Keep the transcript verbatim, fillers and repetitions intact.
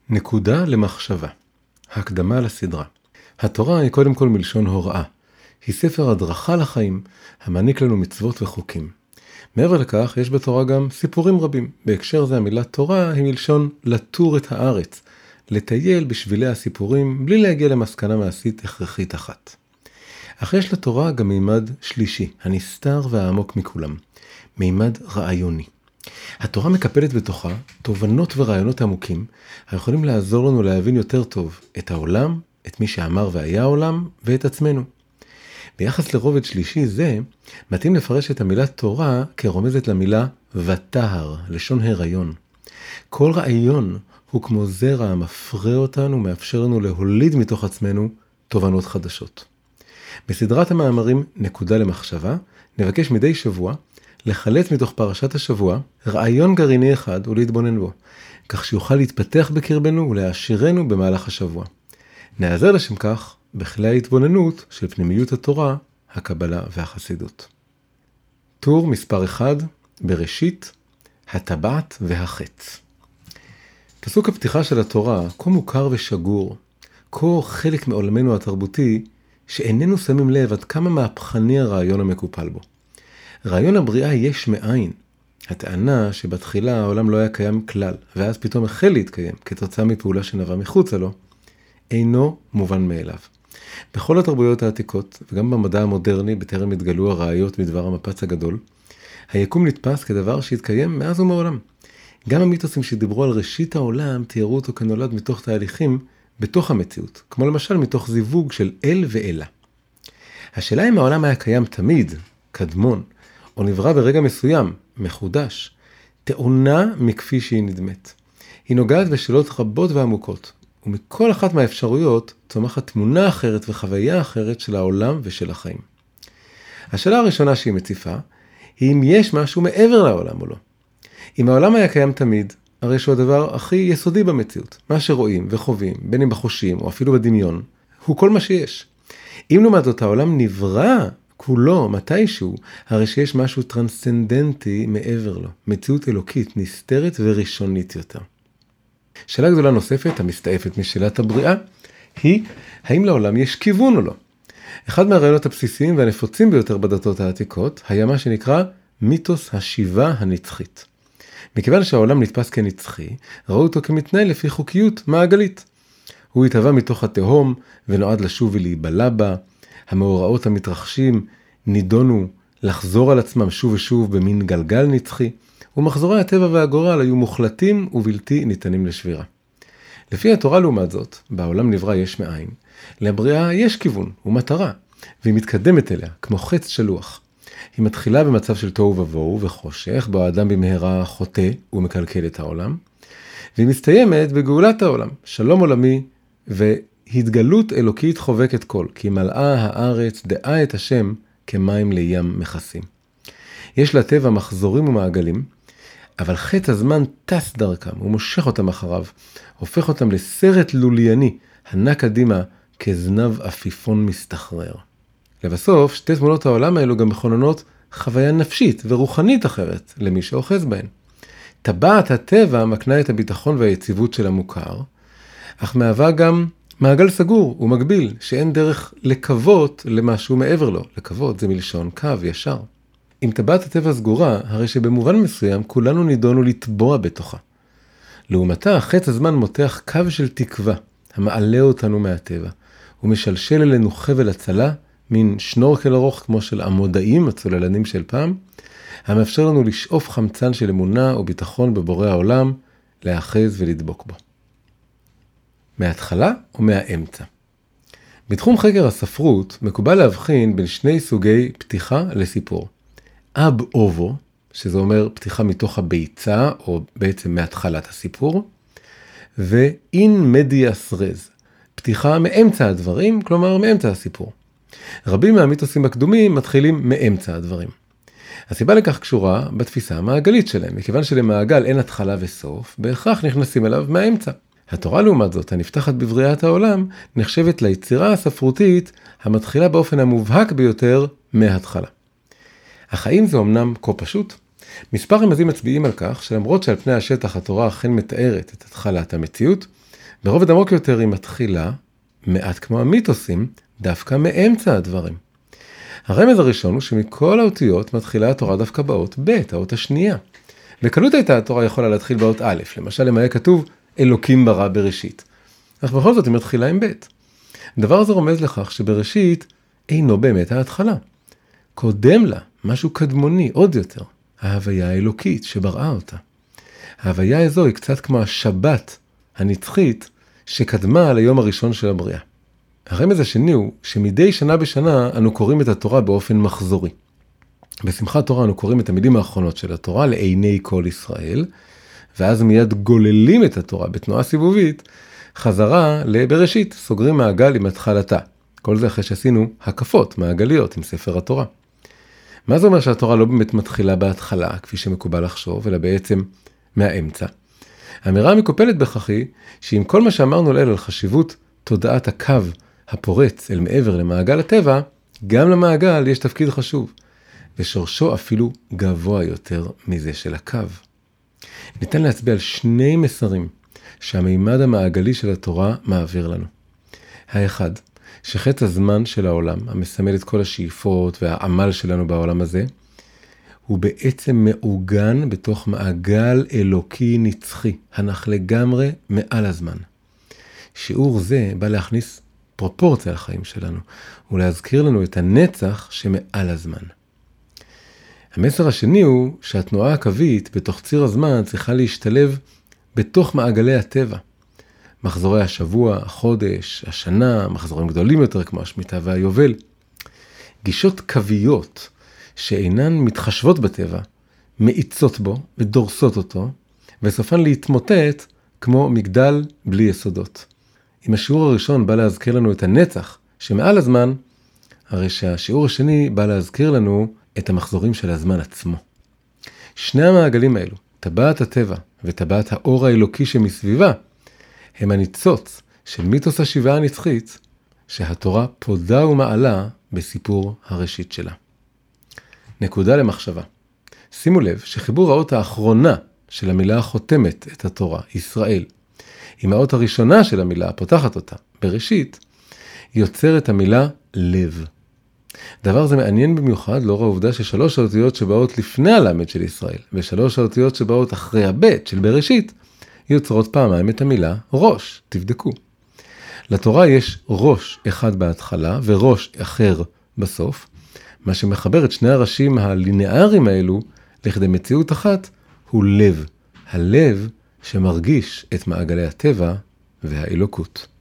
נקודה למחשבה. הקדמה לסדרה. התורה היא קודם כל מלשון הוראה. היא ספר הדרכה לחיים, המעניק לנו מצוות וחוקים. מעבר לכך, יש בתורה גם סיפורים רבים. בהקשר זה המילה תורה היא מלשון לטור את הארץ, לטייל בשבילי הסיפורים, בלי להגיע למסקנה מעשית הכרחית אחת. אך יש לתורה גם מימד שלישי, הנסתר והעמוק מכולם, מימד רעיוני. התורה מקפלת בתוכה תובנות ורעיונות עמוקים, היכולים לעזור לנו להבין יותר טוב את העולם, את מי שאמר והיה העולם, ואת עצמנו. ביחס לרובד שלישי זה, מתאים לפרש את המילה תורה כרומזת למילה ותהר, לשון הריון. כל רעיון הוא כמו זרע המפרה אותנו, מאפשר לנו להוליד מתוך עצמנו תובנות חדשות. בסדרת המאמרים נקודה למחשבה, נבקש מדי שבוע לחלץ מתוך פרשת השבוע רעיון גרעיני אחד ולהתבונן בו, כך שיוכל להתפתח בקרבנו ולהעשירנו במהלך השבוע. נעזר לשם כך בכלי ההתבוננות של פנימיות התורה, הקבלה והחסידות. טור מספר אחד, בראשית, הטבעת והחץ. פסוק הפתיחה של התורה כה מוכר ושגור, כה חלק מעולמנו התרבותי, שאיננו שמים לב עד כמה מהפכני הרעיון המקופל בו. רעיון הבריאה יש מאין. הטענה שבתחילה העולם לא היה קיים כלל, ואז פתאום החל להתקיים כתוצאה מפעולה שנבעה מחוצה לו, אינו מובן מאליו. בכל התרבויות העתיקות, וגם במדע המודרני, בטרם התגלו הראיות בדבר המפץ הגדול, היקום נתפס כדבר שהתקיים מאז ומעולם. גם המיתוסים שדיברו על ראשית העולם תיארו אותו כנולד מתוך תהליכים בתוך המציאות, כמו למשל מתוך זיווג של אל ואלה. השאלה אם העולם היה קיים תמיד, קדמון, או נברא ברגע מסוים, מחודש, טעונה מכפי שהיא נדמת. היא נוגעת בשאלות רבות ועמוקות, ומכל אחת מהאפשרויות צומחת תמונה אחרת וחוויה אחרת של העולם ושל החיים. השאלה הראשונה שהיא מציפה, היא אם יש משהו מעבר לעולם או לא. אם העולם היה קיים תמיד, הרי שהוא הדבר הכי יסודי במציאות. מה שרואים וחווים, בין אם בחושים או אפילו בדמיון, הוא כל מה שיש. אם לעומת זאת העולם נברא כולו, מתישהו, הרי שיש משהו טרנסצנדנטי מעבר לו, מציאות אלוקית, נסתרת וראשונית יותר. שאלה גדולה נוספת, המסתעפת משאלת הבריאה, היא, האם לעולם יש כיוון או לא? אחד מהרעיונות הבסיסיים והנפוצים ביותר בדתות העתיקות, היה מה שנקרא מיתוס השיבה הנצחית. מכיוון שהעולם נתפס כנצחי, ראו אותו כמתנהל לפי חוקיות מעגלית. הוא התהווה מתוך התהום ונועד לשוב ולהיבלע בה, המאורעות המתרחשים נידונו לחזור על עצמם שוב ושוב במין גלגל נצחי, ומחזורי הטבע והגורל היו מוחלטים ובלתי ניתנים לשבירה. לפי התורה לעומת זאת, בעולם נברא יש מאין, לבריאה יש כיוון ומטרה, והיא מתקדמת אליה כמו חץ שלוח. היא מתחילה במצב של תוהו ובוהו וחושך, בו האדם במהרה חוטא ומקלקל את העולם, והיא מסתיימת בגאולת העולם, שלום עולמי והתגלות אלוקית חובקת כל, כי מלאה הארץ דעה את השם כמים לים מכסים. יש לטבע מחזורים ומעגלים, אבל חץ הזמן טס דרכם ומושך אותם אחריו, הופך אותם לסרט לולייני, הנע קדימה כזנב עפיפון מסתחרר. לבסוף, שתי תמונות העולם האלו גם מכוננות חוויה נפשית ורוחנית אחרת למי שאוחז בהן. טבעת הטבע מקנה את הביטחון והיציבות של המוכר, אך מהווה גם מעגל סגור ומקביל, שאין דרך לקוות למשהו מעבר לו. לקוות זה מלשון קו ישר. אם טבעת הטבע סגורה, הרי שבמובן מסוים כולנו נידונו לטבוע בתוכה. לעומתה, חץ הזמן מותח קו של תקווה, המעלה אותנו מהטבע, ומשלשל אלינו חבל הצלה, מין שנורקל ארוך כמו של המודעים, הצוללנים של פעם, המאפשר לנו לשאוף חמצן של אמונה וביטחון בבורא העולם, להאחז ולדבוק בו. מההתחלה או מהאמצע? בתחום חקר הספרות מקובל להבחין בין שני סוגי פתיחה לסיפור. אב אובו, שזה אומר פתיחה מתוך הביצה, או בעצם מהתחלת הסיפור, ואין מדיאס רז, פתיחה מאמצע הדברים, כלומר מאמצע הסיפור. רבים מהמיתוסים הקדומים מתחילים מאמצע הדברים. הסיבה לכך קשורה בתפיסה המעגלית שלהם, מכיוון שלמעגל אין התחלה וסוף, בהכרח נכנסים אליו מהאמצע. התורה לעומת זאת, הנפתחת בבריאת העולם, נחשבת ליצירה הספרותית המתחילה באופן המובהק ביותר מההתחלה. החיים זה אמנם כה פשוט. מספר רמזים מצביעים על כך שלמרות שעל פני השטח התורה אכן מתארת את התחלת המציאות, ברובד עמוק יותר היא מתחילה, מעט כמו המיתוסים, דווקא מאמצע הדברים. הרמז הראשון הוא שמכל האותיות מתחילה התורה דווקא באות ב', האות השנייה. בקלות הייתה התורה יכולה להתחיל באות א', למשל למה היה כתוב אלוקים ברא בראשית. אך בכל זאת היא מתחילה עם ב'. הדבר הזה רומז לכך שבראשית אינו באמת ההתחלה. קודם לה, משהו קדמוני עוד יותר, ההוויה האלוקית שבראה אותה. ההוויה הזו היא קצת כמו השבת הנצחית שקדמה ליום הראשון של הבריאה. הרמז השני הוא שמדי שנה בשנה אנו קוראים את התורה באופן מחזורי. בשמחת תורה אנו קוראים את המילים האחרונות של התורה לעיני כל ישראל, ואז מיד גוללים את התורה בתנועה סיבובית, חזרה לבראשית, סוגרים מעגל עם התחלתה. כל זה אחרי שעשינו הקפות מעגליות עם ספר התורה. מה זה אומר שהתורה לא באמת מתחילה בהתחלה, כפי שמקובל לחשוב, אלא בעצם מהאמצע? האמירה המקופלת בכך היא, שעם כל מה שאמרנו לעיל על חשיבות תודעת הקו הפורץ אל מעבר למעגל הטבע, גם למעגל יש תפקיד חשוב, ושורשו אפילו גבוה יותר מזה של הקו. ניתן להצביע על שני מסרים שהמימד המעגלי של התורה מעביר לנו. האחד, שחץ הזמן של העולם, המסמל את כל השאיפות והעמל שלנו בעולם הזה, הוא בעצם מעוגן בתוך מעגל אלוקי נצחי, הנח לגמרי מעל הזמן. שיעור זה בא להכניס פרופורציה לחיים שלנו, ולהזכיר לנו את הנצח שמעל הזמן. המסר השני הוא שהתנועה הקווית בתוך ציר הזמן צריכה להשתלב בתוך מעגלי הטבע. מחזורי השבוע, החודש, השנה, מחזורים גדולים יותר כמו השמיטה והיובל. גישות קוויות שאינן מתחשבות בטבע, מאיצות בו ודורסות אותו, וסופן להתמוטט כמו מגדל בלי יסודות. אם השיעור הראשון בא להזכיר לנו את הנצח שמעל הזמן, הרי שהשיעור השני בא להזכיר לנו את המחזורים של הזמן עצמו. שני המעגלים האלו, טבעת הטבע וטבעת האור האלוקי שמסביבה, הם הניצוץ של מיתוס השיבה הנצחית שהתורה פודה ומעלה בסיפור הראשית שלה. נקודה למחשבה. שימו לב שחיבור האות האחרונה של המילה החותמת את התורה, ישראל, עם האות הראשונה של המילה הפותחת אותה, בראשית, יוצר את המילה לב. דבר זה מעניין במיוחד לאור העובדה ששלוש האותיות שבאות לפני הלמד של ישראל, ושלוש האותיות שבאות אחרי הבית של בראשית, יוצרות פעמיים את המילה ראש. תבדקו. לתורה יש ראש אחד בהתחלה וראש אחר בסוף, מה שמחבר את שני הראשים הלינאריים האלו לכדי מציאות אחת הוא לב. הלב שמרגיש את מעגלי הטבע והאלוקות.